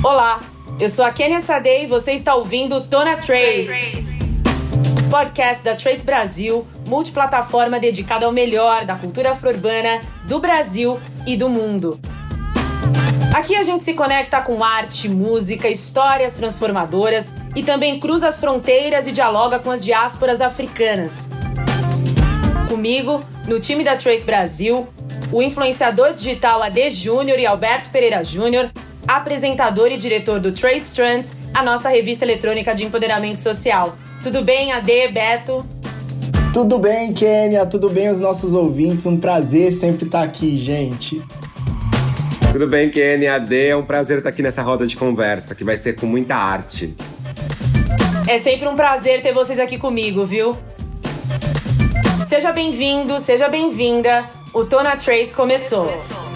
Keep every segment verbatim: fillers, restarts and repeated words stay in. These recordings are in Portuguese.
Olá, eu sou a Kênia Sadei e você está ouvindo Tô na Trace, podcast da Trace Brasil, multiplataforma dedicada ao melhor da cultura afro-urbana do Brasil e do mundo. Aqui a gente se conecta com arte, música, histórias transformadoras e também cruza as fronteiras e dialoga com as diásporas africanas. Comigo, no time da Trace Brasil, o influenciador digital A D Júnior e Alberto Pereira Júnior, apresentador e diretor do Trace Trends, a nossa revista eletrônica de empoderamento social. Tudo bem, A D, Beto? Tudo bem, Kênia, tudo bem os nossos ouvintes, um prazer sempre estar aqui, gente. Tudo bem, Kênia, A D, é um prazer estar aqui nessa roda de conversa, que vai ser com muita arte. É sempre um prazer ter vocês aqui comigo, viu? Seja bem-vindo, seja bem-vinda, o Tô na Trace começou.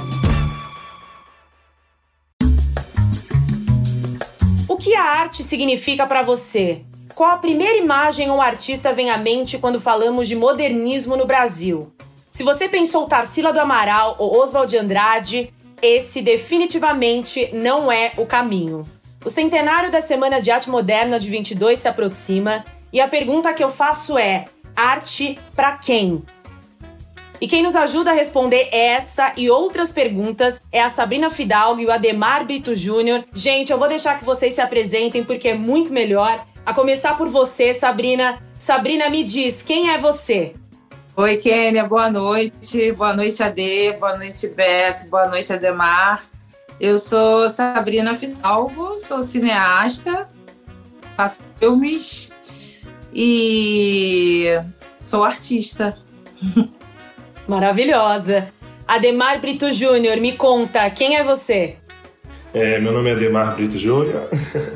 O que a arte significa para você? Qual a primeira imagem ou artista vem à mente quando falamos de modernismo no Brasil? Se você pensou Tarsila do Amaral ou Oswald de Andrade, esse definitivamente não é o caminho. O centenário da Semana de Arte Moderna de vinte e dois se aproxima e a pergunta que eu faço é: arte para quem? E quem nos ajuda a responder essa e outras perguntas é a Sabrina Fidalgo e o Ademar Brito Júnior. Gente, eu vou deixar que vocês se apresentem porque é muito melhor. A começar por você, Sabrina. Sabrina, me diz, quem é você? Oi, Kênia, boa noite. Boa noite, A D, boa noite, Beto, boa noite, Ademar. Eu sou Sabrina Fidalgo, sou cineasta, faço filmes e sou artista. Maravilhosa. Ademar Brito Júnior, me conta, quem é você? É, meu nome é Ademar Brito Júnior.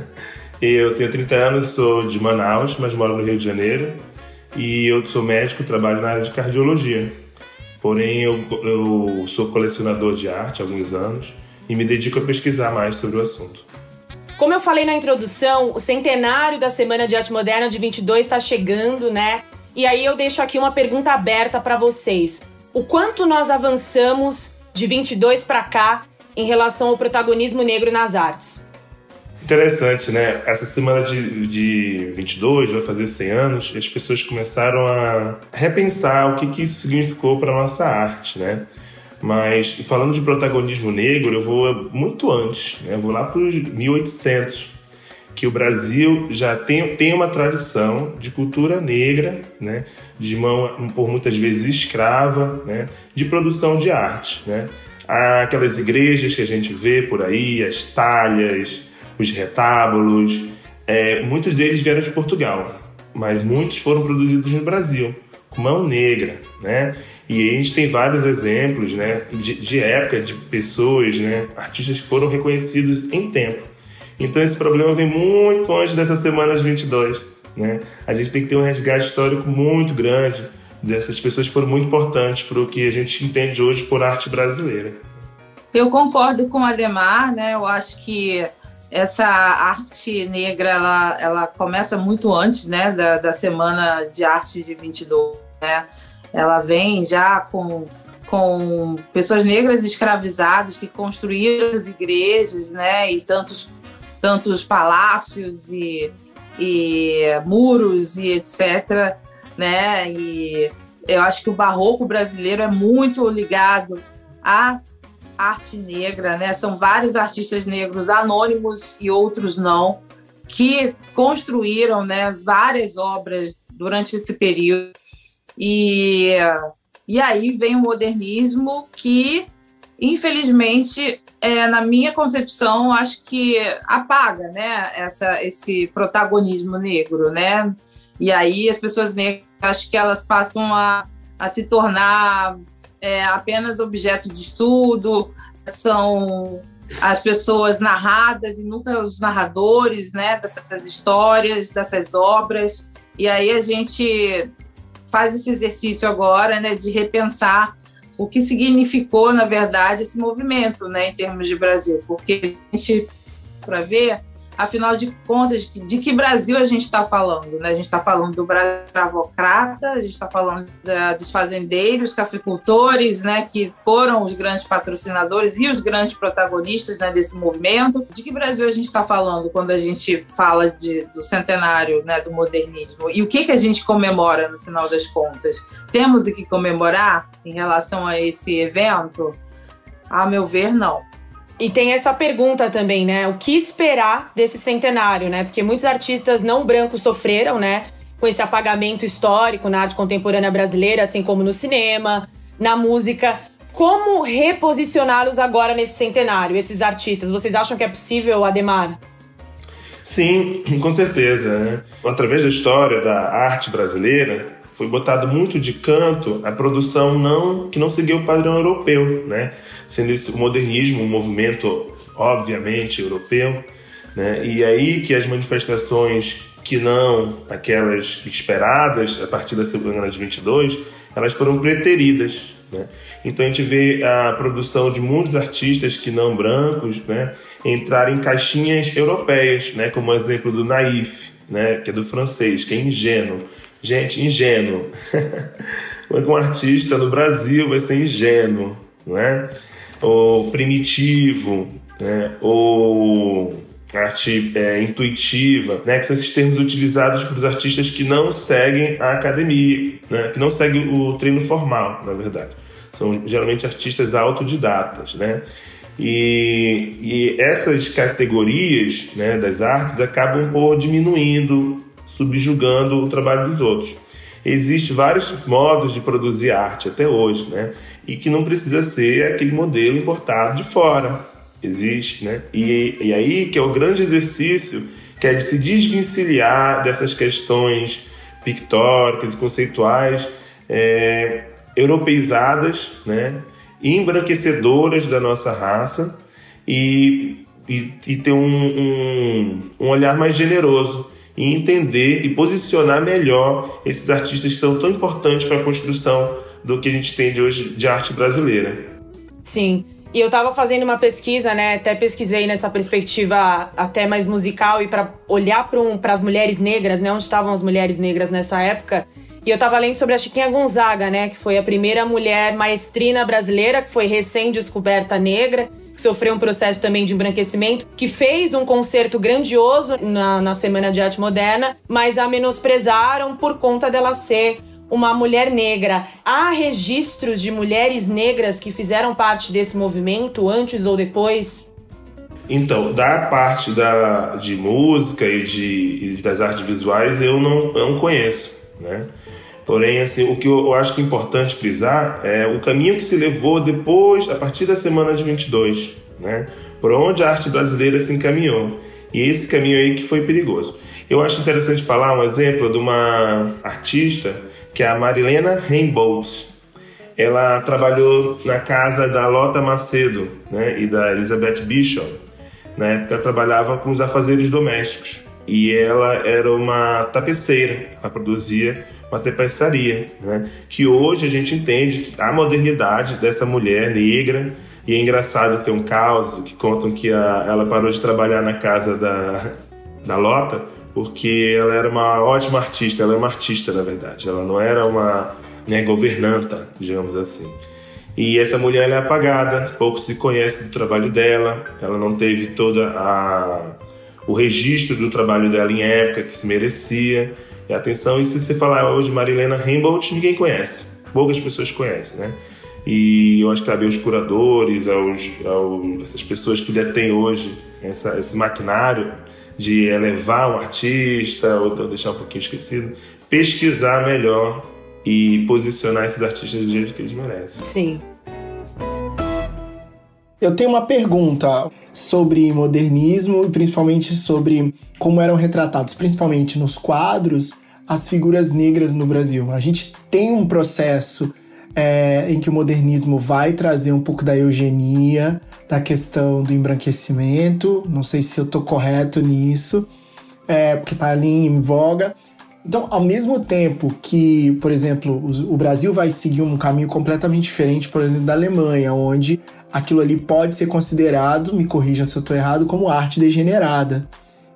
Eu tenho trinta anos, sou de Manaus, mas moro no Rio de Janeiro. E eu sou médico, trabalho na área de cardiologia. Porém, eu, eu sou colecionador de arte há alguns anos e me dedico a pesquisar mais sobre o assunto. Como eu falei na introdução, o centenário da Semana de Arte Moderna de vinte e dois está chegando, né? E aí eu deixo aqui uma pergunta aberta para vocês. O quanto nós avançamos de vinte e dois para cá em relação ao protagonismo negro nas artes? Interessante, né? Essa semana de, de vinte e dois vai fazer cem anos e as pessoas começaram a repensar o que, que isso significou para a nossa arte, né? Mas falando de protagonismo negro, eu vou muito antes, né? Eu vou lá para os mil e oitocentos, que o Brasil já tem, tem uma tradição de cultura negra, né? De mão, por muitas vezes, escrava, né? De produção de arte, né? Aquelas igrejas que a gente vê por aí, as talhas, os retábulos, é, muitos deles vieram de Portugal, mas muitos foram produzidos no Brasil, com mão negra, né? E aí a gente tem vários exemplos, né, de, de época, de pessoas, né, artistas que foram reconhecidos em tempo. Então esse problema vem muito antes dessa semana de vinte e dois, né? A gente tem que ter um resgate histórico muito grande dessas pessoas que foram muito importantes para o que a gente entende hoje por arte brasileira. Eu concordo com o Ademar, né? Eu acho que essa arte negra, ela, ela começa muito antes, né, da, da Semana de Arte de vinte e dois, né? Ela vem já com, com pessoas negras escravizadas que construíram as igrejas, né, e tantos, tantos palácios e, e muros e etcétera, né? E eu acho que o barroco brasileiro é muito ligado a arte negra, né? São vários artistas negros anônimos e outros não, que construíram, né, várias obras durante esse período. E, e aí vem o modernismo que, infelizmente, é, na minha concepção, acho que apaga, né, essa, esse protagonismo negro, né? E aí as pessoas negras, acho que elas passam a, a se tornar É, apenas objeto de estudo, são as pessoas narradas e nunca os narradores, né, dessas histórias, dessas obras. E aí a gente faz esse exercício agora, né, de repensar o que significou, na verdade, esse movimento, né, em termos de Brasil. Porque a gente, para ver, Afinal de contas, de que Brasil a gente está falando? Né? A gente está falando do Brasil escravocrata, a gente está falando da, dos fazendeiros, cafeicultores, né, que foram os grandes patrocinadores e os grandes protagonistas, né, desse movimento. De que Brasil a gente está falando quando a gente fala de, do centenário, né, do modernismo? E o que, que a gente comemora, no final das contas? Temos o que comemorar em relação a esse evento? A meu ver, não. E tem essa pergunta também, né? O que esperar desse centenário, né? Porque muitos artistas não brancos sofreram, né? Com esse apagamento histórico na arte contemporânea brasileira, assim como no cinema, na música. Como reposicioná-los agora nesse centenário, esses artistas? Vocês acham que é possível, Adhemar? Sim, com certeza, né? Através da história da arte brasileira, foi botado muito de canto a produção não, que não seguiu o padrão europeu, né? Sendo esse, o modernismo um movimento, obviamente, europeu, né? E aí que as manifestações que não aquelas esperadas, a partir da semana de vinte e dois, elas foram preteridas, né? Então a gente vê a produção de muitos artistas que não brancos, né, entrar em caixinhas europeias, né? Como o exemplo do Naif, né, que é do francês, que é ingênuo. Gente, ingênuo. Um artista no Brasil vai ser ingênuo, não é? Ou primitivo, né? Ou arte é, intuitiva, né? Que são esses termos utilizados por artistas que não seguem a academia, né? Que não seguem o treino formal, na verdade. São geralmente artistas autodidatas, né? E, e essas categorias, né, das artes acabam por diminuindo, subjugando o trabalho dos outros. Existem vários modos de produzir arte até hoje, né? E que não precisa ser aquele modelo importado de fora. Existe, né? E, e aí que é o grande exercício, que é de se desvencilhar dessas questões pictóricas e conceituais é, europeizadas, né? E embranquecedoras da nossa raça e, e, e ter um, um, um olhar mais generoso e entender e posicionar melhor esses artistas que são tão importantes para a construção do que a gente tem de hoje de arte brasileira. Sim, e eu estava fazendo uma pesquisa, né? Até pesquisei nessa perspectiva até mais musical e para olhar para um, as mulheres negras, né? Onde estavam as mulheres negras nessa época. E eu estava lendo sobre a Chiquinha Gonzaga, né? Que foi a primeira mulher maestrina brasileira, que foi recém-descoberta negra, que sofreu um processo também de embranquecimento, que fez um concerto grandioso na, na Semana de Arte Moderna, mas a menosprezaram por conta dela ser uma mulher negra. Há registros de mulheres negras que fizeram parte desse movimento antes ou depois? Então, da parte da, de música e, de, e das artes visuais eu não, eu não conheço, né? Porém, assim, o que eu acho que é importante frisar é o caminho que se levou depois, a partir da semana de vinte e dois, né? Por onde a arte brasileira se encaminhou. E esse caminho aí que foi perigoso. Eu acho interessante falar um exemplo de uma artista que é a Marilena Rainbows. Ela trabalhou na casa da Lota Macedo, né, e da Elizabeth Bishop. Na época ela trabalhava com os afazeres domésticos. E ela era uma tapeceira, ela produzia uma tapeçaria, né? Que hoje a gente entende a modernidade dessa mulher negra. E é engraçado ter um caso que contam que a, ela parou de trabalhar na casa da, da Lota porque ela era uma ótima artista, ela é uma artista na verdade, ela não era uma, né, governanta, digamos assim. E essa mulher ela é apagada, pouco se conhece do trabalho dela, ela não teve toda a... o registro do trabalho dela em época que se merecia. E atenção, e se você falar hoje Marilena Rainbows, ninguém conhece. Poucas pessoas conhecem, né? E eu acho que cabe aos curadores, aos, aos, essas pessoas que já têm hoje essa, esse maquinário de elevar um artista ou deixar um pouquinho esquecido, pesquisar melhor e posicionar esses artistas do jeito que eles merecem. Sim. Eu tenho uma pergunta sobre modernismo e principalmente sobre como eram retratados, principalmente nos quadros, as figuras negras no Brasil. A gente tem um processo é, em que o modernismo vai trazer um pouco da eugenia, da questão do embranquecimento. Não sei se eu estou correto nisso, é, porque está ali em voga. Então, ao mesmo tempo que, por exemplo, o Brasil vai seguir um caminho completamente diferente, por exemplo, da Alemanha, onde aquilo ali pode ser considerado, me corrijam se eu estou errado, como arte degenerada.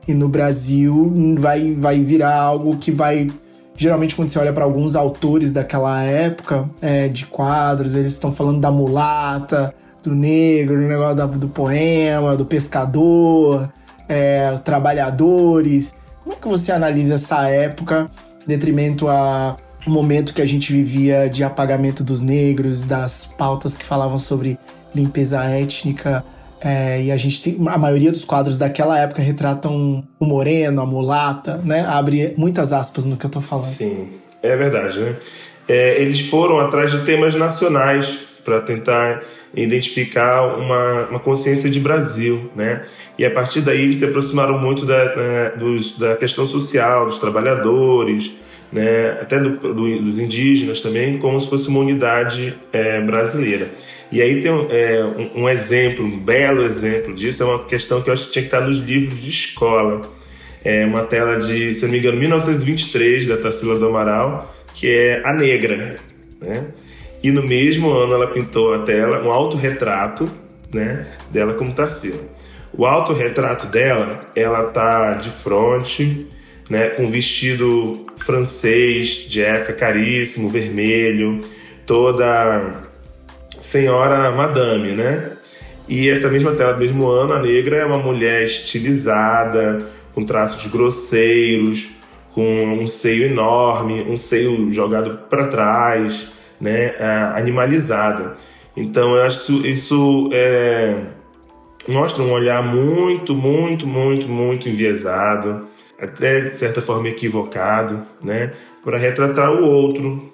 E no Brasil vai, vai virar algo que vai... Geralmente, quando você olha para alguns autores daquela época, é, de quadros, eles estão falando da mulata, do negro, do negócio da, do poema, do pescador, é, os trabalhadores. Como que você analisa essa época, em detrimento ao momento que a gente vivia de apagamento dos negros, das pautas que falavam sobre limpeza étnica? É, e a gente, a maioria dos quadros daquela época retratam o moreno, a mulata, né? Abre muitas aspas no que eu tô falando. Sim, é verdade, né? É, eles foram atrás de temas nacionais para tentar identificar uma, uma consciência de Brasil, né? E a partir daí eles se aproximaram muito da, né, dos, da questão social, dos trabalhadores, né? Até do, do, dos indígenas também, como se fosse uma unidade é, brasileira. E aí tem é, um, um exemplo, um belo exemplo disso, é uma questão que eu acho que tinha que estar nos livros de escola. É uma tela de, se não me engano, mil novecentos e vinte e três, da Tarsila do Amaral, que é A Negra, né? E no mesmo ano ela pintou a tela, um autorretrato, né, dela como Tarsila. O autorretrato dela, ela tá de fronte, né, com um vestido francês, de época, caríssimo, vermelho, toda... senhora madame, né? E essa mesma tela do mesmo ano, a negra é uma mulher estilizada, com traços grosseiros, com um seio enorme, um seio jogado para trás, né? Animalizada. Então, eu acho que isso, isso é, mostra um olhar muito, muito, muito, muito enviesado, até de certa forma equivocado, né? Para retratar o outro.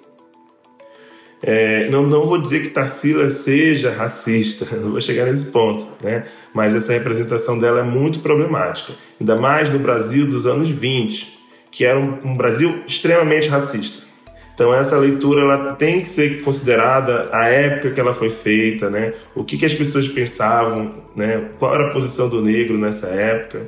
É, não, não vou dizer que Tarsila seja racista, não vou chegar nesse ponto, né? Mas essa representação dela é muito problemática, ainda mais no Brasil dos anos vinte, que era um, um Brasil extremamente racista. Então essa leitura ela tem que ser considerada a época que ela foi feita, né? O que, que as pessoas pensavam, né? Qual era a posição do negro nessa época.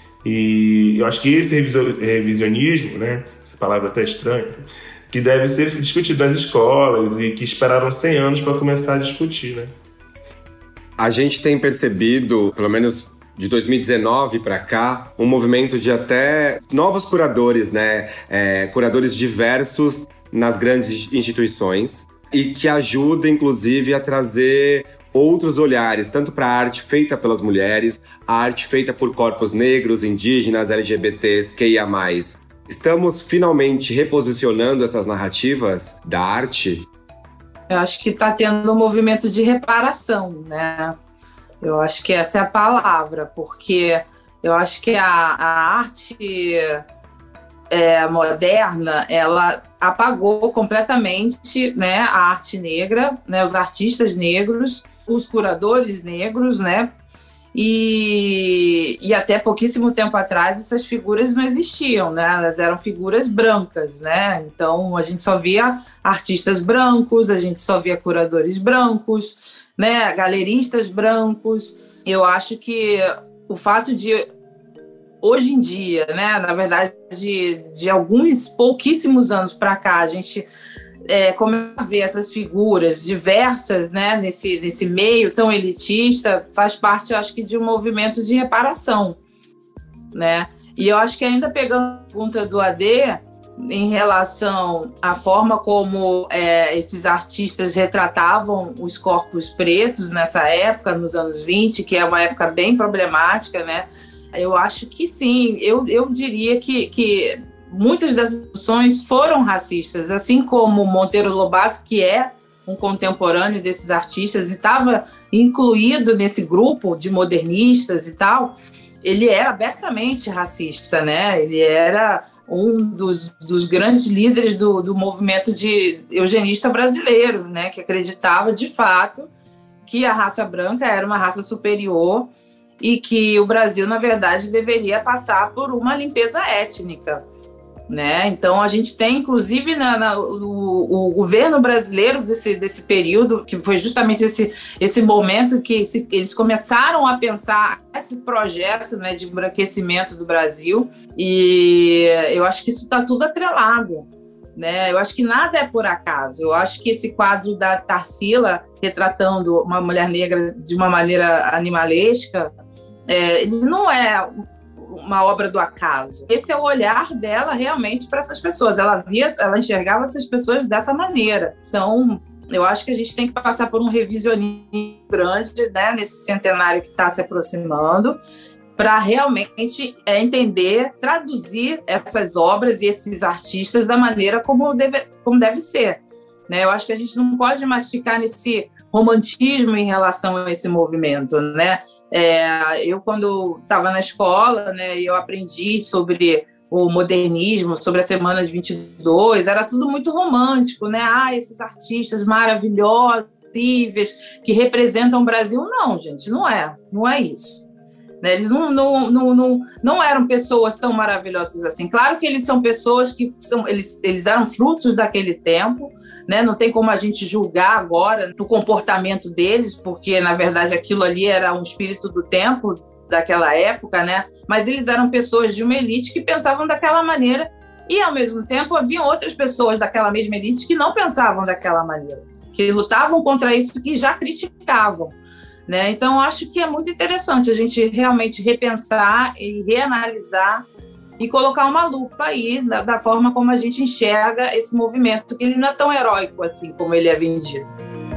E eu acho que esse revisionismo, né? Essa palavra até estranha, que deve ser discutido nas escolas e que esperaram cem anos para começar a discutir, né? A gente tem percebido, pelo menos de dois mil e dezenove para cá, um movimento de até novos curadores, né? É, curadores diversos nas grandes instituições e que ajuda, inclusive, a trazer outros olhares, tanto para a arte feita pelas mulheres, a arte feita por corpos negros, indígenas, L G B Ts, Q I A mais. Estamos finalmente reposicionando essas narrativas da arte? Eu acho que está tendo um movimento de reparação, né? Eu acho que essa é a palavra, porque eu acho que a, a arte é, moderna, ela apagou completamente, né, a arte negra, né, os artistas negros, os curadores negros, né? E, e até pouquíssimo tempo atrás essas figuras não existiam, né? Elas eram figuras brancas, né? Então a gente só via artistas brancos, a gente só via curadores brancos, né? Galeristas brancos. Eu acho que o fato de hoje em dia, né? Na verdade, de, de alguns pouquíssimos anos para cá, a gente É, como eu ver essas figuras diversas, né, nesse, nesse meio tão elitista, faz parte, eu acho que, de um movimento de reparação, né? E eu acho que, ainda pegando a pergunta do A D, em relação à forma como é, esses artistas retratavam os corpos pretos nessa época, nos anos vinte, que é uma época bem problemática, né? Eu acho que sim, eu, eu diria que... que muitas das discussões foram racistas, assim como Monteiro Lobato, que é um contemporâneo desses artistas e estava incluído nesse grupo de modernistas e tal, ele era abertamente racista, né? Ele era um dos, dos grandes líderes do, do movimento de eugenista brasileiro, né? Que acreditava, de fato, que a raça branca era uma raça superior e que o Brasil, na verdade, deveria passar por uma limpeza étnica. Né? Então a gente tem, inclusive, na, na, o, o governo brasileiro desse, desse período, que foi justamente esse, esse momento que esse, eles começaram a pensar esse projeto, né, de embranquecimento do Brasil, e eu acho que isso está tudo atrelado, né? Eu acho que nada é por acaso. Eu acho que esse quadro da Tarsila retratando uma mulher negra de uma maneira animalesca, é, ele não é uma obra do acaso. Esse é o olhar dela realmente para essas pessoas. Ela via, ela enxergava essas pessoas dessa maneira. Então, eu acho que a gente tem que passar por um revisionismo grande, né, nesse centenário que está se aproximando, para realmente é, entender, traduzir essas obras e esses artistas da maneira como deve, como deve ser. Né? Eu acho que a gente não pode mais ficar nesse romantismo em relação a esse movimento. Né? É, eu, quando estava na escola, né, eu aprendi sobre o modernismo, sobre a Semana de vinte e dois, era tudo muito romântico, né? Ah, esses artistas maravilhosos, incríveis, que representam o Brasil. Não, gente, não é. Não é isso. Né? Eles não, não, não, não, não eram pessoas tão maravilhosas assim. Claro que eles são pessoas que são, eles, eles eram frutos daquele tempo, né? Não tem como a gente julgar agora do comportamento deles, porque, na verdade, aquilo ali era um espírito do tempo, daquela época, né? Mas eles eram pessoas de uma elite que pensavam daquela maneira e, ao mesmo tempo, haviam outras pessoas daquela mesma elite que não pensavam daquela maneira, que lutavam contra isso, que já criticavam. Né? Então, eu acho que é muito interessante a gente realmente repensar e reanalisar e colocar uma lupa aí da, da forma como a gente enxerga esse movimento, que ele não é tão heróico assim como ele é vendido.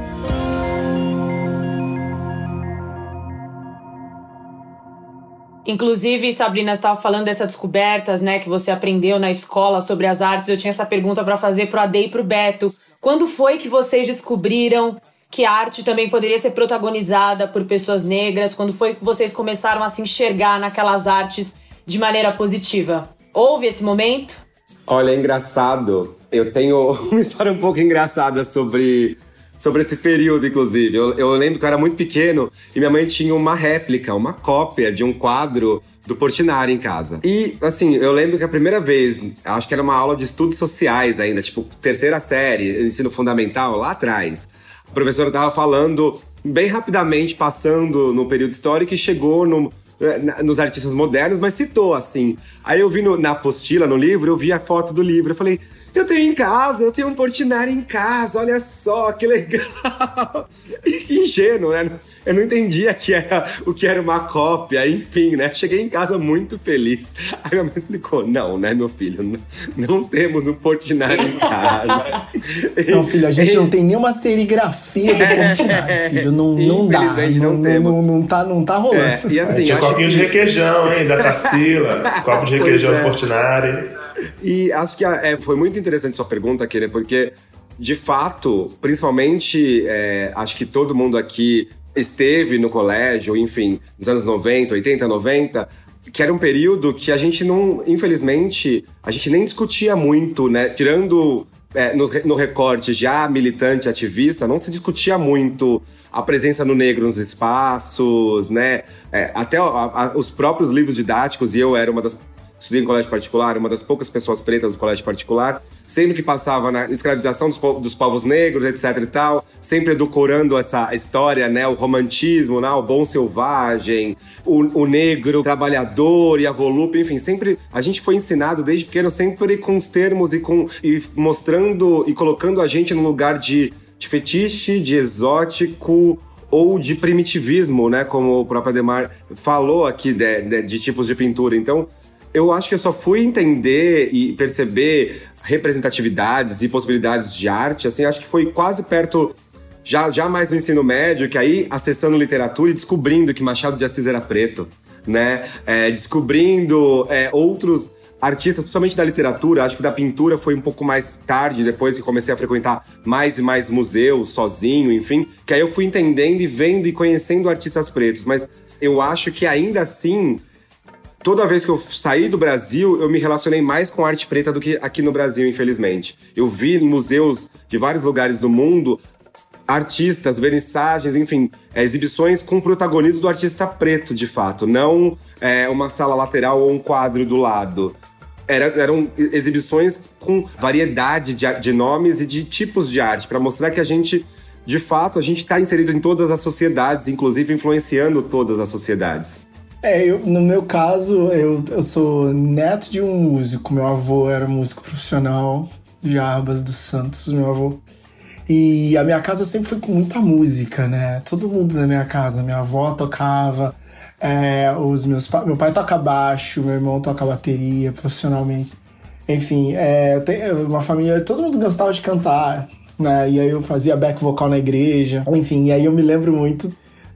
Inclusive, Sabrina, você estava falando dessas descobertas, né, que você aprendeu na escola sobre as artes. Eu tinha essa pergunta para fazer para o Ade e para o Beto. Quando foi que vocês descobriram que a arte também poderia ser protagonizada por pessoas negras? Quando foi que vocês começaram a se enxergar naquelas artes de maneira positiva? Houve esse momento? Olha, é engraçado. Eu tenho uma história um pouco engraçada sobre, sobre esse período, inclusive. Eu, eu lembro que eu era muito pequeno e minha mãe tinha uma réplica, uma cópia de um quadro do Portinari em casa. E, assim, eu lembro que a primeira vez, acho que era uma aula de estudos sociais ainda, tipo, terceira série, ensino fundamental, lá atrás. A professora estava falando bem rapidamente, passando no período histórico e chegou no, na, nos artistas modernos, mas citou, assim. Aí eu vi no, na apostila, no livro, eu vi a foto do livro. Eu falei, eu tenho em casa, eu tenho um Portinari em casa, olha só, que legal. E que ingênuo, né? Eu não entendia que era, o que era uma cópia, enfim, né? Cheguei em casa muito feliz. Aí minha mãe explicou, não, né, meu filho? Não, não temos um Portinari em casa. Não, filho, a gente não tem nenhuma serigrafia do Portinari, filho. Não, não dá, não, não, temos. Não, não, tá, não tá rolando. É, e assim, tinha copinho que... de requeijão, hein, da Tarsila. Copo de requeijão é. do Portinari. E acho que é, foi muito interessante sua pergunta, Kênia, porque, de fato, principalmente, é, acho que todo mundo aqui esteve no colégio, enfim, nos anos noventa, oitenta, noventa, que era um período que a gente não, infelizmente, a gente nem discutia muito, né? Tirando é, no, no recorte já militante, ativista, não se discutia muito a presença no negro nos espaços, né? É, até a, a, os próprios livros didáticos, e eu era uma das... Estudei em colégio particular, uma das poucas pessoas pretas do colégio particular, sempre que passava na escravização dos, po- dos povos negros, etc e tal, sempre edulcorando essa história, né, o romantismo, né, o bom selvagem, o, o negro trabalhador e a volúpia, enfim, sempre a gente foi ensinado desde pequeno sempre com os termos e, com, e mostrando e colocando a gente num lugar de, de fetiche, de exótico ou de primitivismo, né, como o próprio Ademar falou aqui de, de, de tipos de pintura. Então, eu acho que eu só fui entender e perceber representatividades e possibilidades de arte, assim, acho que foi quase perto, já, já mais no ensino médio, que aí, acessando literatura e descobrindo que Machado de Assis era preto, né? É, descobrindo é, outros artistas, principalmente da literatura, acho que da pintura foi um pouco mais tarde, depois que comecei a frequentar mais e mais museus, sozinho, enfim, que aí eu fui entendendo e vendo e conhecendo artistas pretos, mas eu acho que ainda assim... Toda vez que eu saí do Brasil, eu me relacionei mais com arte preta do que aqui no Brasil, infelizmente. Eu vi em museus de vários lugares do mundo artistas, vernissagens, enfim, é, exibições com protagonismo do artista preto, de fato. Não é, uma sala lateral ou um quadro do lado. Era, eram exibições com variedade de, de nomes e de tipos de arte, para mostrar que a gente, de fato, a gente está inserido em todas as sociedades, inclusive influenciando todas as sociedades. É, eu, no meu caso, eu, eu sou neto de um músico. Meu avô era músico profissional, Jarbas dos Santos, meu avô. E a minha casa sempre foi com muita música, né? Todo mundo na minha casa. Minha avó tocava É, os meus, meu pai toca baixo, meu irmão toca bateria profissionalmente. Enfim, é, tem uma família, todo mundo gostava de cantar, né? E aí eu fazia back vocal na igreja. Enfim, e aí eu me lembro muito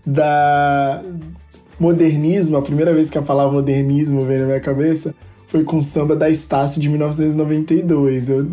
da modernismo. A primeira vez que a palavra modernismo veio na minha cabeça foi com o samba da Estácio de mil novecentos e noventa e dois. Eu...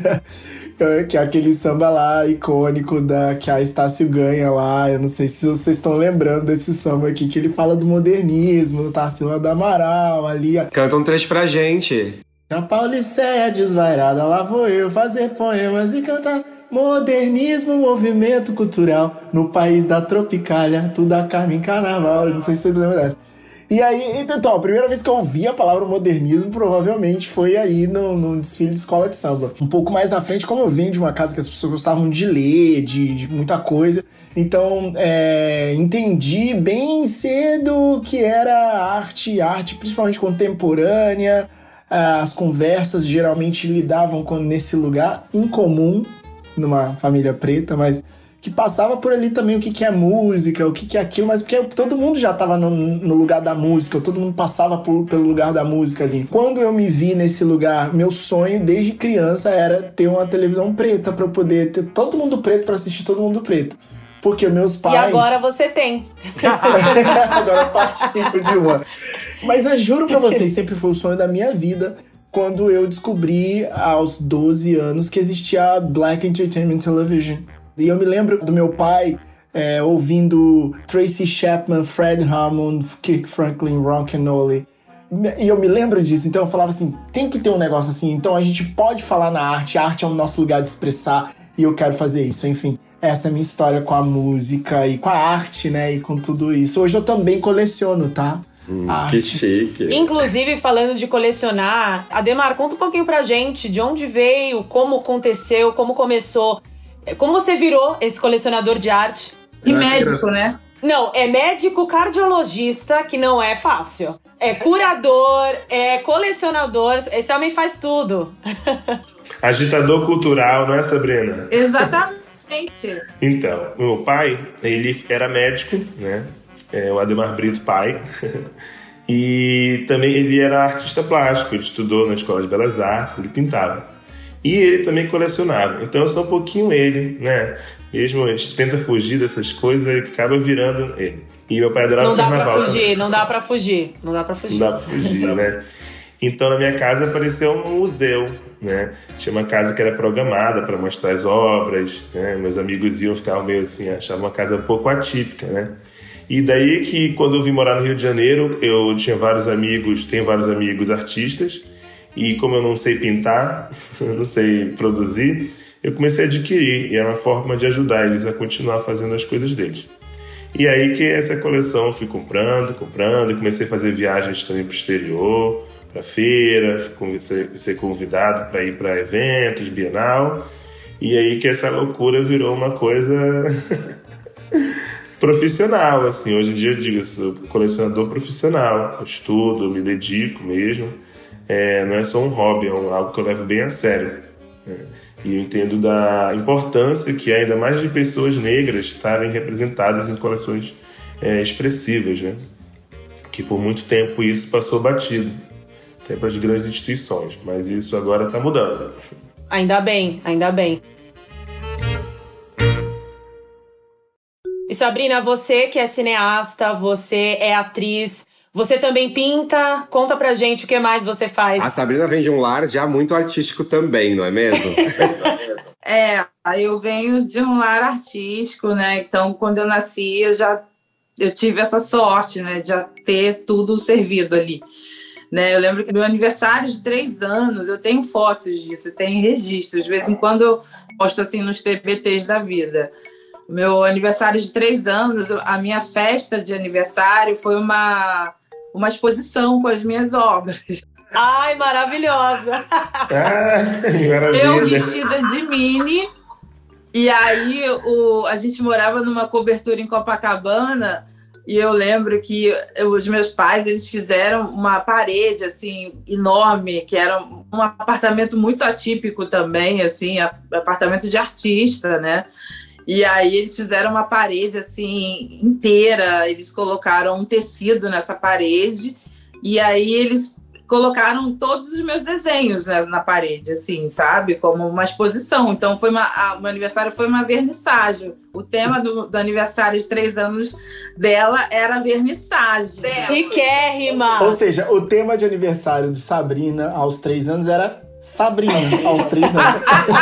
que é aquele samba lá, icônico, da, que a Estácio ganha lá. Eu não sei se vocês estão lembrando desse samba aqui, que ele fala do modernismo, do Tarsila do Amaral, ali. Canta um trecho pra gente. A Pauliceia desvairada, lá vou eu fazer poemas e cantar. Modernismo, movimento cultural, no país da Tropicália, tudo a Carmen Carnaval. Eu não sei se vocês lembram dessa. E aí, então, a primeira vez que eu ouvi a palavra modernismo provavelmente foi aí no, no desfile de escola de samba. Um pouco mais à frente, como eu vim de uma casa que as pessoas gostavam de ler, de, de muita coisa, então é, entendi bem cedo que era arte, arte principalmente contemporânea. As conversas geralmente lidavam com, nesse lugar incomum, numa família preta, mas que passava por ali também o que, que é música, o que, que é aquilo, mas porque todo mundo já estava no, no lugar da música, todo mundo passava por, pelo lugar da música ali. Quando eu me vi nesse lugar, meu sonho desde criança era ter uma televisão preta para eu poder ter todo mundo preto para assistir todo mundo preto. Porque meus pais... E agora você tem. Agora eu participo de uma. Mas eu juro pra vocês, sempre foi o sonho da minha vida quando eu descobri aos doze anos que existia a Black Entertainment Television. E eu me lembro do meu pai é, ouvindo Tracy Chapman, Fred Hammond, Kirk Franklin, Ron Kenoly. E eu me lembro disso, então eu falava assim, tem que ter um negócio assim, então a gente pode falar na arte, a arte é o nosso lugar de expressar e eu quero fazer isso, enfim. Essa é a minha história com a música e com a arte, né, e com tudo isso. Hoje eu também coleciono, tá? Hum, que chique. Inclusive, falando de colecionar, Ademar, conta um pouquinho pra gente de onde veio, como aconteceu, como começou. Como você virou esse colecionador de arte? E médico, né? Não, é médico cardiologista, que não é fácil. É curador, é colecionador, esse homem faz tudo. Agitador cultural, não é, Sabrina? Exatamente. Então, meu pai, ele era médico, né? É, o Ademar Brito pai. E também ele era artista plástico, ele estudou na Escola de Belas Artes, ele pintava. E ele também colecionava. Então eu sou um pouquinho ele, né? Mesmo a gente tenta fugir dessas coisas, ele acaba virando ele. E meu pai adorava não dá carnaval pra fugir, também. não dá pra fugir, não dá pra fugir. Não dá pra fugir, né? Então na minha casa apareceu um museu, né? Tinha uma casa que era programada para mostrar as obras, né? Meus amigos iam, ficar meio assim, achavam uma casa um pouco atípica, né? E daí que quando eu vim morar no Rio de Janeiro, eu tinha vários amigos, tenho vários amigos artistas, e como eu não sei pintar, não sei produzir, eu comecei a adquirir, e é uma forma de ajudar eles a continuar fazendo as coisas deles. E aí que essa coleção eu fui comprando, comprando, e comecei a fazer viagens também para o exterior, para feira, comecei a ser convidado para ir para eventos, bienal, e aí que essa loucura virou uma coisa profissional, assim. Hoje em dia eu digo, eu sou colecionador profissional, eu estudo, eu me dedico mesmo. É, não é só um hobby, é um, algo que eu levo bem a sério, né? E eu entendo da importância que é, ainda mais de pessoas negras estarem representadas em coleções é, expressivas, né? Que por muito tempo isso passou batido, até para as grandes instituições, mas isso agora está mudando. Ainda bem, ainda bem. E Sabrina, você que é cineasta, você é atriz, você também pinta? Conta pra gente o que mais você faz. A Sabrina vem de um lar já muito artístico também, não é mesmo? É, eu venho de um lar artístico, né? Então, quando eu nasci, eu já eu tive essa sorte, né? De já ter tudo servido ali. Né? Eu lembro que meu aniversário de três anos, eu tenho fotos disso, eu tenho registros. De vez em quando eu posto assim nos T B Ts da vida. Meu aniversário de três anos, a minha festa de aniversário foi uma, uma exposição com as minhas obras. Ai, maravilhosa! Ah, maravilha. Eu vestida de Minnie, e aí o, a gente morava numa cobertura em Copacabana, e eu lembro que eu, os meus pais, eles fizeram uma parede, assim, enorme, que era um apartamento muito atípico também, assim, apartamento de artista, né? E aí eles fizeram uma parede assim inteira, eles colocaram um tecido nessa parede e aí eles colocaram todos os meus desenhos, né, na parede, assim, sabe? Como uma exposição. Então, foi uma, a, o meu aniversário foi uma vernissagem. O tema do, do aniversário de três anos dela era vernissagem. Chiquérrima! Ou seja, o tema de aniversário de Sabrina aos três anos era Sabrina aos três anos.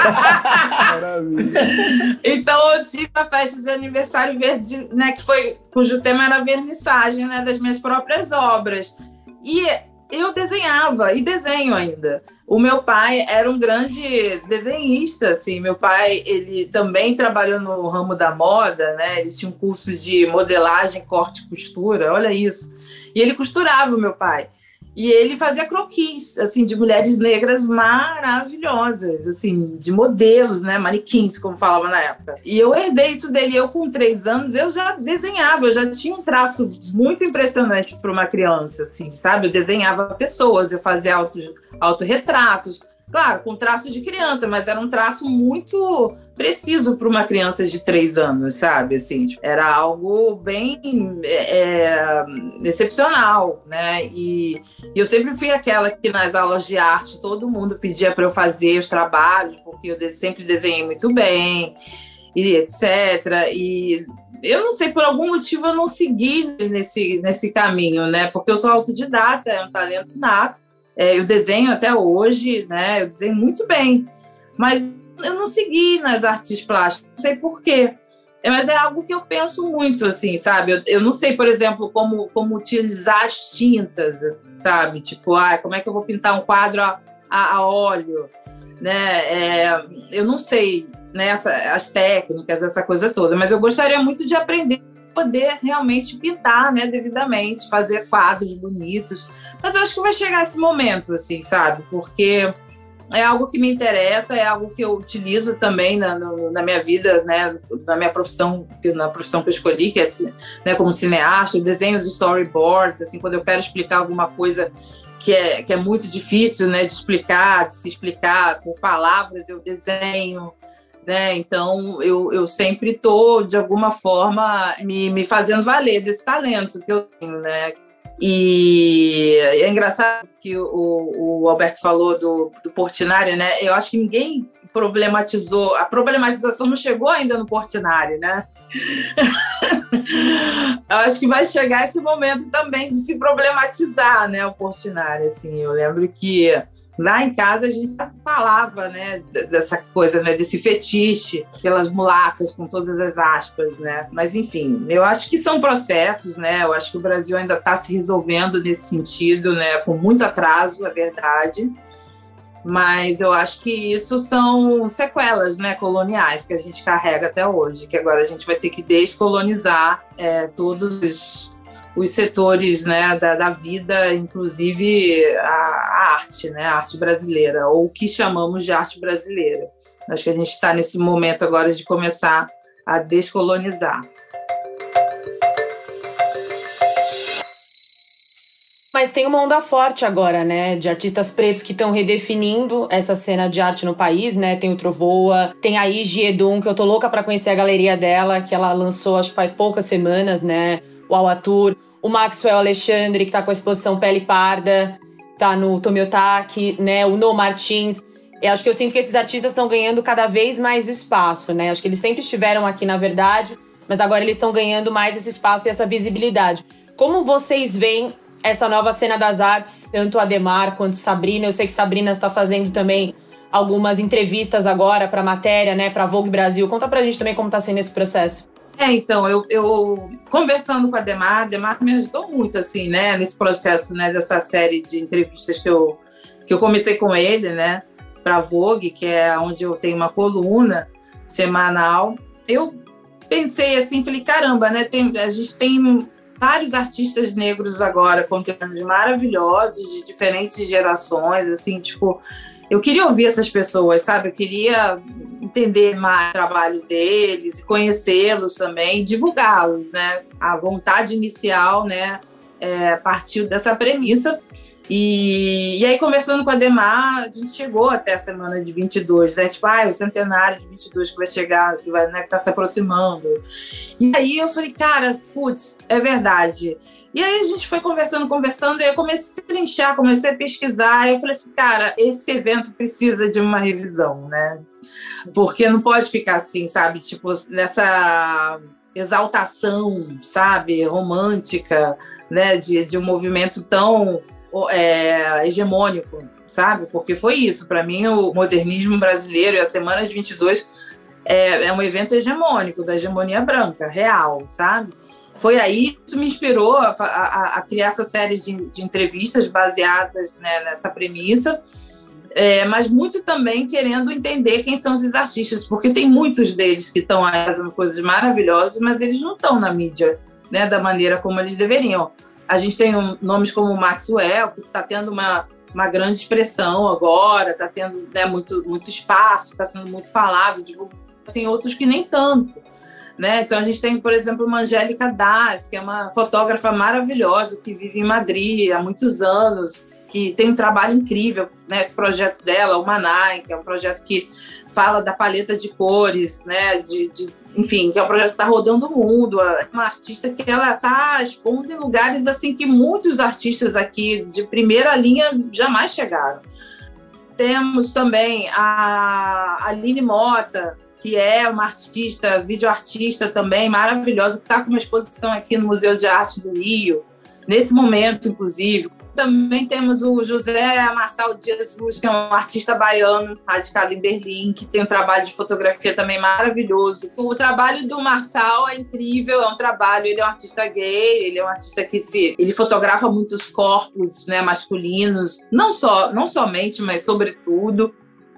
Maravilha. Então, eu tive a festa de aniversário verde, né, que foi, cujo tema era a vernissagem, né, das minhas próprias obras. E eu desenhava, e desenho ainda. O meu pai era um grande desenhista, assim. Meu pai, ele também trabalhou no ramo da moda, né? Ele tinha um curso de modelagem, corte e costura, olha isso. E ele costurava, o meu pai. E ele fazia croquis, assim, de mulheres negras maravilhosas, assim, de modelos, né, manequins, como falava na época. E eu herdei isso dele. Eu, com três anos, eu já desenhava, eu já tinha um traço muito impressionante para uma criança, assim, sabe? Eu desenhava pessoas, eu fazia auto, autorretratos, claro, com traço de criança, mas era um traço muito preciso para uma criança de três anos, sabe? Assim, tipo, era algo bem é, excepcional, né? E, e eu sempre fui aquela que nas aulas de arte todo mundo pedia para eu fazer os trabalhos, porque eu sempre desenhei muito bem, e etcétera. E eu não sei, por algum motivo eu não segui nesse, nesse caminho, né? Porque eu sou autodidata, é um talento nato. É, eu desenho até hoje, né? Eu desenho muito bem, mas eu não segui nas artes plásticas, não sei por quê. É, mas é algo que eu penso muito, assim, sabe? Eu, eu não sei, por exemplo, como, como utilizar as tintas, sabe? Tipo, ah, como é que eu vou pintar um quadro a, a, a óleo, né? É, eu não sei, né, essa, as técnicas, essa coisa toda, mas eu gostaria muito de aprender poder realmente pintar, né, devidamente, fazer quadros bonitos. Mas eu acho que vai chegar esse momento, assim, sabe? Porque é algo que me interessa, é algo que eu utilizo também na, na minha vida, né, na minha profissão, na profissão que eu escolhi, que é, né, como cineasta. Eu desenho os storyboards, assim, quando eu quero explicar alguma coisa que é, que é muito difícil, né, de explicar, de se explicar por palavras, eu desenho. Né? Então, eu, eu sempre estou, de alguma forma, me, me fazendo valer desse talento que eu tenho, né? E é engraçado que o, o Alberto falou do, do Portinari, né? Eu acho que ninguém problematizou, a problematização não chegou ainda no Portinari, né? Eu acho que vai chegar esse momento também de se problematizar, né, o Portinari, assim. Eu lembro que lá em casa a gente falava, né, dessa coisa, né, desse fetiche pelas mulatas, com todas as aspas, né? Mas, enfim, eu acho que são processos, né? Eu acho que o Brasil ainda está se resolvendo nesse sentido, né? Com muito atraso, é verdade. Mas eu acho que isso são sequelas, né, coloniais que a gente carrega até hoje, que agora a gente vai ter que descolonizar é, todos os os setores, né, da, da vida, inclusive a, a arte, né, a arte brasileira, ou o que chamamos de arte brasileira. Acho que a gente está nesse momento agora de começar a descolonizar. Mas tem uma onda forte agora, né, de artistas pretos que estão redefinindo essa cena de arte no país, né? Tem o Trovoa, tem a Igi Edun, que eu tô louca pra conhecer a galeria dela, que ela lançou, acho que faz poucas semanas, né? O Auatur, o Maxwell Alexandre, que tá com a exposição Pele Parda, tá no Tomiotaki, né? O No Martins. Eu acho que eu sinto que esses artistas estão ganhando cada vez mais espaço, né? Acho que eles sempre estiveram aqui, na verdade, mas agora eles estão ganhando mais esse espaço e essa visibilidade. Como vocês veem essa nova cena das artes, tanto Ademar quanto Sabrina? Eu sei que Sabrina está fazendo também algumas entrevistas agora para matéria, né? Para Vogue Brasil. Conta pra gente também como tá sendo esse processo. É, então, eu, eu conversando com a Ademar, a Ademar me ajudou muito, assim, né, nesse processo, né, dessa série de entrevistas que eu, que eu comecei com ele, né, para a Vogue, que é onde eu tenho uma coluna semanal. Eu pensei assim, falei, caramba, né, tem, a gente tem vários artistas negros agora, conteúdos maravilhosos, de diferentes gerações, assim, tipo, eu queria ouvir essas pessoas, sabe? Eu queria entender mais o trabalho deles, conhecê-los também, divulgá-los, né? A vontade inicial, né, é, partiu dessa premissa. E, e aí, conversando com a Ademar, a gente chegou até a semana de vinte e dois, né? Tipo, ah, o centenário de vinte e dois que vai chegar, que vai, né, que tá se aproximando. E aí eu falei, cara, putz, é verdade. E aí a gente foi conversando, conversando, e eu comecei a trinchar, comecei a pesquisar, e eu falei assim, cara, esse evento precisa de uma revisão, né? Porque não pode ficar assim, sabe? Tipo, nessa exaltação, sabe? Romântica, né? De, de um movimento tão... É, hegemônico, sabe? Porque foi isso. Para mim, o modernismo brasileiro e a Semana de vinte e dois é, é um evento hegemônico, da hegemonia branca, real, sabe? Foi aí que isso me inspirou a, a, a criar essa série de, de entrevistas baseadas, né, nessa premissa, é, mas muito também querendo entender quem são esses artistas, porque tem muitos deles que estão fazendo coisas maravilhosas, mas eles não estão na mídia, né, da maneira como eles deveriam. A gente tem um, nomes como o Maxwell, que está tendo uma, uma grande expressão agora, está tendo, né, muito, muito espaço, está sendo muito falado, divulgado. Tem outros que nem tanto, né? Então a gente tem, por exemplo, uma Angélica Das, que é uma fotógrafa maravilhosa, que vive em Madrid há muitos anos, que tem um trabalho incrível, né? Esse projeto dela, o Manai, que é um projeto que fala da paleta de cores, né? de, de Enfim, que é um projeto que está rodando o mundo. É uma artista que ela está expondo em lugares assim que muitos artistas aqui de primeira linha jamais chegaram. Temos também a Aline Mota, que é uma artista, videoartista também, maravilhosa, que está com uma exposição aqui no Museu de Arte do Rio, nesse momento, inclusive. Também temos o José Marçal Dias Luz, que é um artista baiano, radicado em Berlim, que tem um trabalho de fotografia também maravilhoso. O trabalho do Marçal é incrível, é um trabalho, ele é um artista gay, ele é um artista que se, ele fotografa muitos corpos, né, masculinos, não só, não somente, mas sobretudo,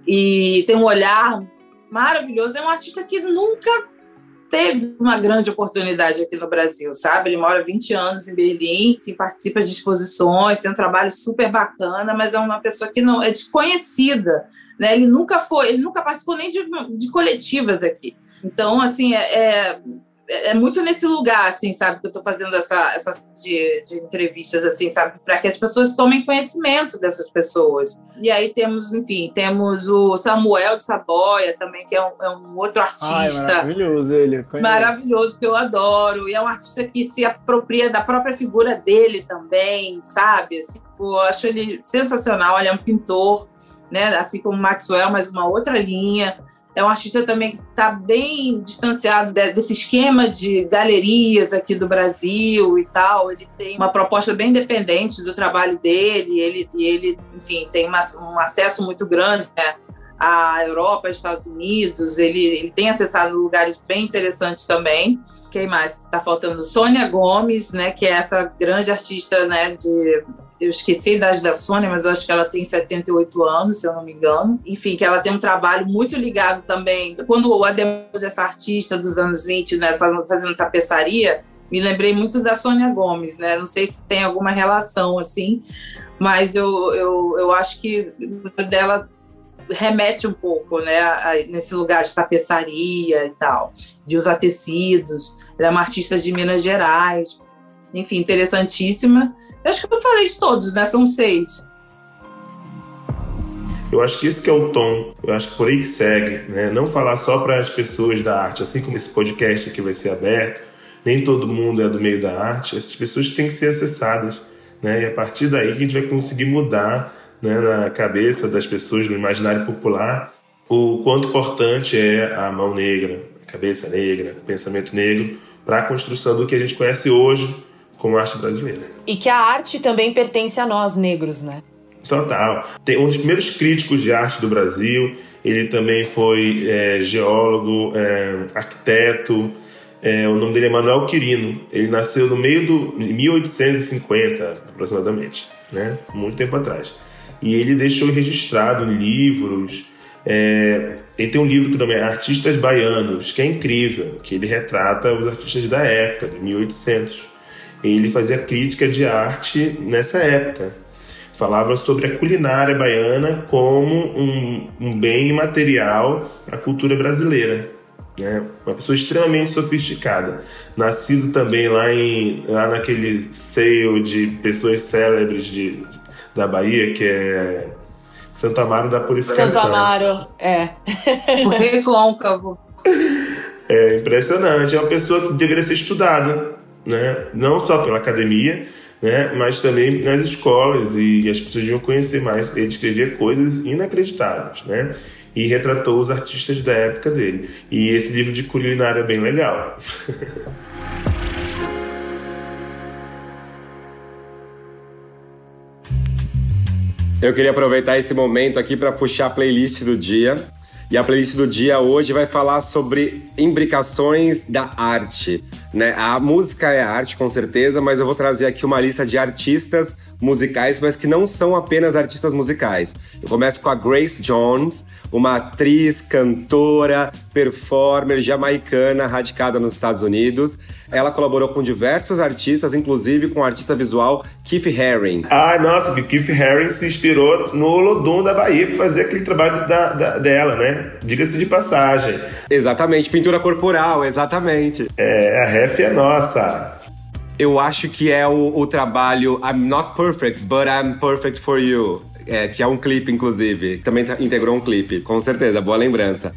e tem um olhar maravilhoso. É um artista que nunca teve uma grande oportunidade aqui no Brasil, sabe? Ele mora vinte anos em Berlim, enfim, participa de exposições, tem um trabalho super bacana, mas é uma pessoa que não é desconhecida, né? Ele nunca foi, ele nunca participou nem de, de coletivas aqui. Então, assim, é, é, é muito nesse lugar, assim, sabe, que eu estou fazendo essa, essa de, de entrevistas, assim, sabe, para que as pessoas tomem conhecimento dessas pessoas. E aí temos, enfim, temos o Samuel de Saboia também, que é um, é um outro artista. Ai, maravilhoso ele. Maravilhoso, que eu adoro. E é um artista que se apropria da própria figura dele também, sabe? Assim, eu acho ele sensacional. Ele é um pintor, né? Assim como o Maxwell, mas uma outra linha. É um artista também que está bem distanciado desse esquema de galerias aqui do Brasil e tal. Ele tem uma proposta bem independente do trabalho dele. Ele, ele enfim, tem uma, um acesso muito grande, né, à Europa, aos Estados Unidos. Ele, ele tem acessado lugares bem interessantes também. Quem mais que está faltando? Sônia Gomes, né, que é essa grande artista, né, de... Eu esqueci a idade da Sônia, mas eu acho que ela tem setenta e oito anos, se eu não me engano. Enfim, que ela tem um trabalho muito ligado também. Quando o ademar dessa artista dos anos vinte, né, fazendo tapeçaria, me lembrei muito da Sônia Gomes, né? Não sei se tem alguma relação, assim, mas eu, eu, eu acho que dela remete um pouco, né, a, a, nesse lugar de tapeçaria e tal, de usar tecidos. Ela é uma artista de Minas Gerais. Enfim, interessantíssima. Eu acho que eu falei de todos, né? São seis. Eu acho que esse que é o tom. Eu acho que por aí que segue, né? Não falar só para as pessoas da arte, assim como esse podcast aqui vai ser aberto, nem todo mundo é do meio da arte. Essas pessoas têm que ser acessadas, né? E a partir daí que a gente vai conseguir mudar, né, na cabeça das pessoas, no imaginário popular, o quanto importante é a mão negra, a cabeça negra, o pensamento negro para a construção do que a gente conhece hoje como arte brasileira. E que a arte também pertence a nós, negros, né? Total. Tem um dos primeiros críticos de arte do Brasil. Ele também foi é, geólogo, é, arquiteto. É, o nome dele é Manuel Quirino. Ele nasceu no meio do mil oitocentos e cinquenta, aproximadamente, né? Muito tempo atrás. E ele deixou registrado em livros. É, ele tem um livro que o nome é Artistas Baianos, que é incrível, que ele retrata os artistas da época, de mil e oitocentos. Ele fazia crítica de arte nessa época. Falava sobre a culinária baiana como um, um bem imaterial à cultura brasileira. né? Uma pessoa extremamente sofisticada. Nascido também lá, em, lá naquele seio de pessoas célebres de, da Bahia, que é Santo Amaro da Purificação. Santo Amaro, é. O recôncavo. É impressionante. É uma pessoa que deveria ser estudada, né? Não só pela academia, né? Mas também nas escolas, e as pessoas deviam conhecer mais. Ele escrevia coisas inacreditáveis, né? E retratou os artistas da época dele. E esse livro de culinária é bem legal. Eu queria aproveitar esse momento aqui para puxar a playlist do dia. E a playlist do dia hoje vai falar sobre imbricações da arte, né? A música é arte, com certeza, mas eu vou trazer aqui uma lista de artistas musicais, mas que não são apenas artistas musicais. Eu começo com a Grace Jones, uma atriz, cantora, performer jamaicana radicada nos Estados Unidos. Ela colaborou com diversos artistas, inclusive com o artista visual Keith Haring. Ah, nossa, que Keith Haring se inspirou no Olodum da Bahia para fazer aquele trabalho da, da, dela, né? Diga-se de passagem. Exatamente, pintura corporal, exatamente. É, a ref é nossa. Eu acho que é o, o trabalho I'm Not Perfect, But I'm Perfect For You. É, que é um clipe, inclusive. Também integrou um clipe, com certeza. Boa lembrança.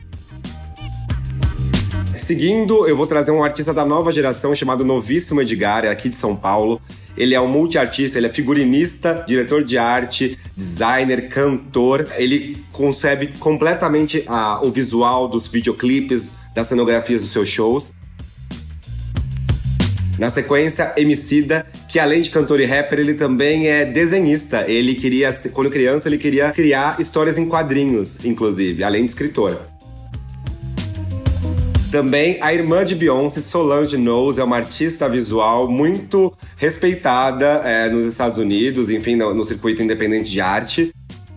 Seguindo, eu vou trazer um artista da nova geração chamado Novíssimo Edgar, aqui de São Paulo. Ele é um multiartista, ele é figurinista, diretor de arte, designer, cantor. Ele concebe completamente a, o visual dos videoclipes, das cenografias dos seus shows. Na sequência, Emicida, que além de cantor e rapper, ele também é desenhista. Ele queria, quando criança, ele queria criar histórias em quadrinhos, inclusive, além de escritor. Também a irmã de Beyoncé, Solange Knowles, é uma artista visual muito respeitada é, nos Estados Unidos, enfim, no, no circuito independente de arte.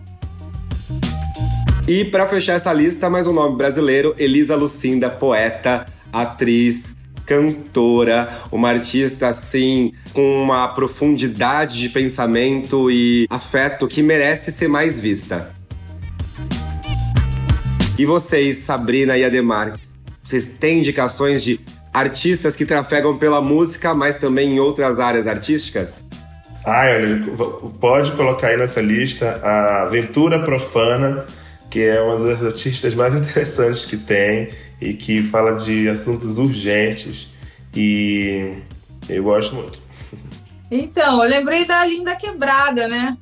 E para fechar essa lista, mais um nome brasileiro, Elisa Lucinda, poeta, atriz, cantora, uma artista, assim, com uma profundidade de pensamento e afeto que merece ser mais vista. E vocês, Sabrina e Ademar, vocês têm indicações de artistas que trafegam pela música, mas também em outras áreas artísticas? Ah, olha, pode colocar aí nessa lista a Ventura Profana, que é uma das artistas mais interessantes que tem e que fala de assuntos urgentes, e eu gosto muito. Então, eu lembrei da Linda Quebrada, né?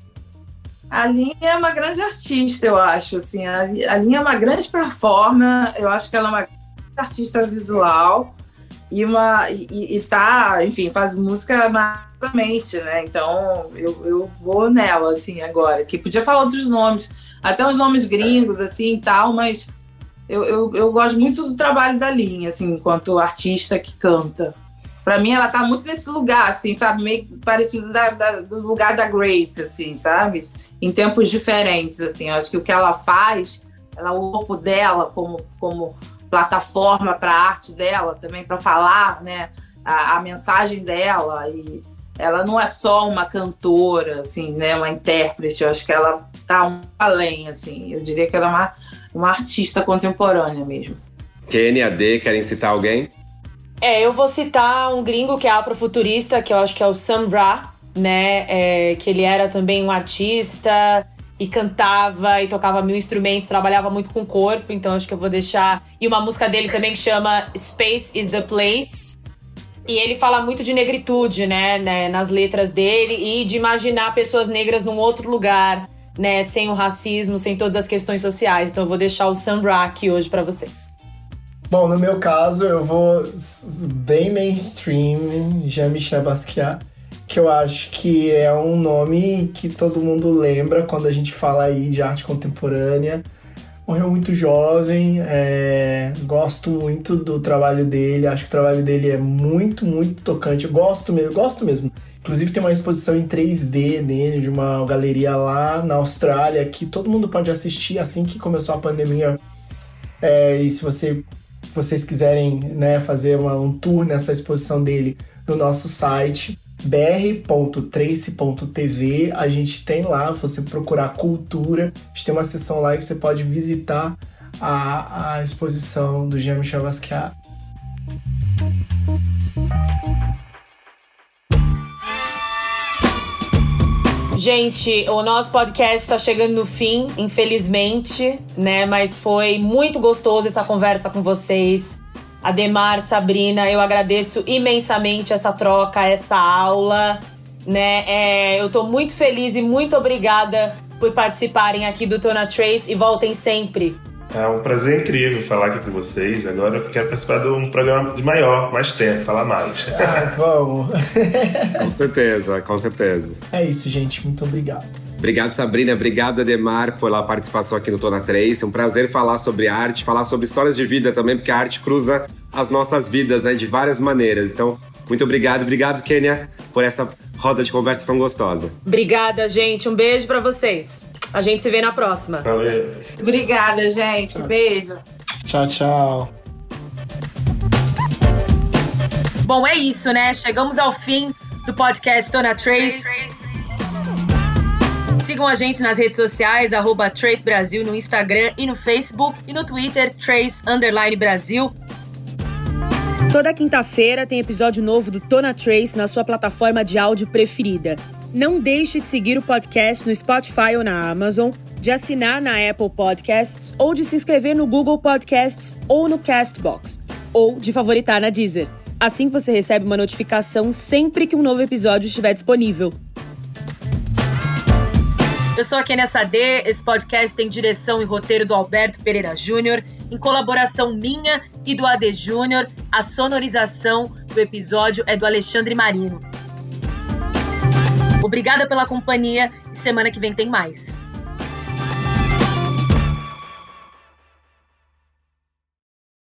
A Linha é uma grande artista, eu acho. Assim, a, a Linha é uma grande performer, eu acho que ela é uma artista visual e, uma, e, e tá, enfim, faz música maravilhosamente, né? Então, eu, eu vou nela, assim, agora. Que podia falar outros nomes, até uns nomes gringos, assim, e tal, mas... Eu, eu, eu gosto muito do trabalho da Linha, assim, enquanto artista que canta. Pra mim, ela tá muito nesse lugar, assim, sabe? Meio parecido da, da, do lugar da Grace, assim, sabe? Em tempos diferentes, assim. Eu acho que o que ela faz, ela, o corpo dela como, como plataforma pra arte dela, também pra falar, né? A, a mensagem dela. E ela não é só uma cantora, assim, né? Uma intérprete. Eu acho que ela tá um além, assim. Eu diria que ela é uma... uma artista contemporânea mesmo. Ken e A D, querem citar alguém? É, eu vou citar um gringo que é afrofuturista, que eu acho que é o Sun Ra, né? É, que ele era também um artista e cantava e tocava mil instrumentos, trabalhava muito com o corpo, então acho que eu vou deixar... E uma música dele também que chama Space is the Place. E ele fala muito de negritude, né? né? Nas letras dele e de imaginar pessoas negras num outro lugar, né, sem o racismo, sem todas as questões sociais. Então eu vou deixar o Sun Ra aqui hoje pra vocês. Bom, no meu caso, eu vou bem mainstream, Jean-Michel Basquiat, que eu acho que é um nome que todo mundo lembra quando a gente fala aí de arte contemporânea. Morreu muito jovem, é, gosto muito do trabalho dele, acho que o trabalho dele é muito, muito tocante. Eu gosto mesmo, gosto mesmo. Inclusive tem uma exposição em três D dele, de uma galeria lá na Austrália, que todo mundo pode assistir assim que começou a pandemia. É, e se você, vocês quiserem, né, fazer uma, um tour nessa exposição dele no nosso site, b r ponto trace ponto t v, a gente tem lá, você procurar cultura, a gente tem uma seção lá que você pode visitar a, a exposição do Jean-Michel Basquiat. Gente, o nosso podcast está chegando no fim, infelizmente, né? Mas foi muito gostoso essa conversa com vocês. Ademar, Sabrina, eu agradeço imensamente essa troca, essa aula, né? É, eu tô muito feliz e muito obrigada por participarem aqui do Tona Trace e voltem sempre. É um prazer incrível falar aqui com vocês. Agora eu quero participar de um programa de maior, mais tempo, falar mais. Ah, vamos! Com certeza, com certeza. É isso, gente. Muito obrigado. Obrigado, Sabrina. Obrigado, Ademar, pela participação aqui no Tona Trace. Um prazer falar sobre arte, falar sobre histórias de vida também, porque a arte cruza as nossas vidas, né, de várias maneiras. Então, muito obrigado. Obrigado, Kênia, por essa roda de conversa tão gostosa. Obrigada, gente. Um beijo pra vocês. A gente se vê na próxima. Valeu. Obrigada, gente. Beijo. Tchau, tchau. Bom, é isso, né? Chegamos ao fim do podcast Tona Trace. Sigam a gente nas redes sociais, arroba Trace Brasil, no Instagram e no Facebook. E no Twitter, Trace Underline Brasil. Toda quinta-feira tem episódio novo do Tona Trace na sua plataforma de áudio preferida. Não deixe de seguir o podcast no Spotify ou na Amazon, de assinar na Apple Podcasts ou de se inscrever no Google Podcasts ou no Castbox, ou de favoritar na Deezer. Assim você recebe uma notificação sempre que um novo episódio estiver disponível. Eu sou a Kênia Sade, esse podcast tem direção e roteiro do Alberto Pereira Júnior, em colaboração minha e do A D Júnior. A sonorização do episódio é do Alexandre Marino. Obrigada pela companhia e semana que vem tem mais.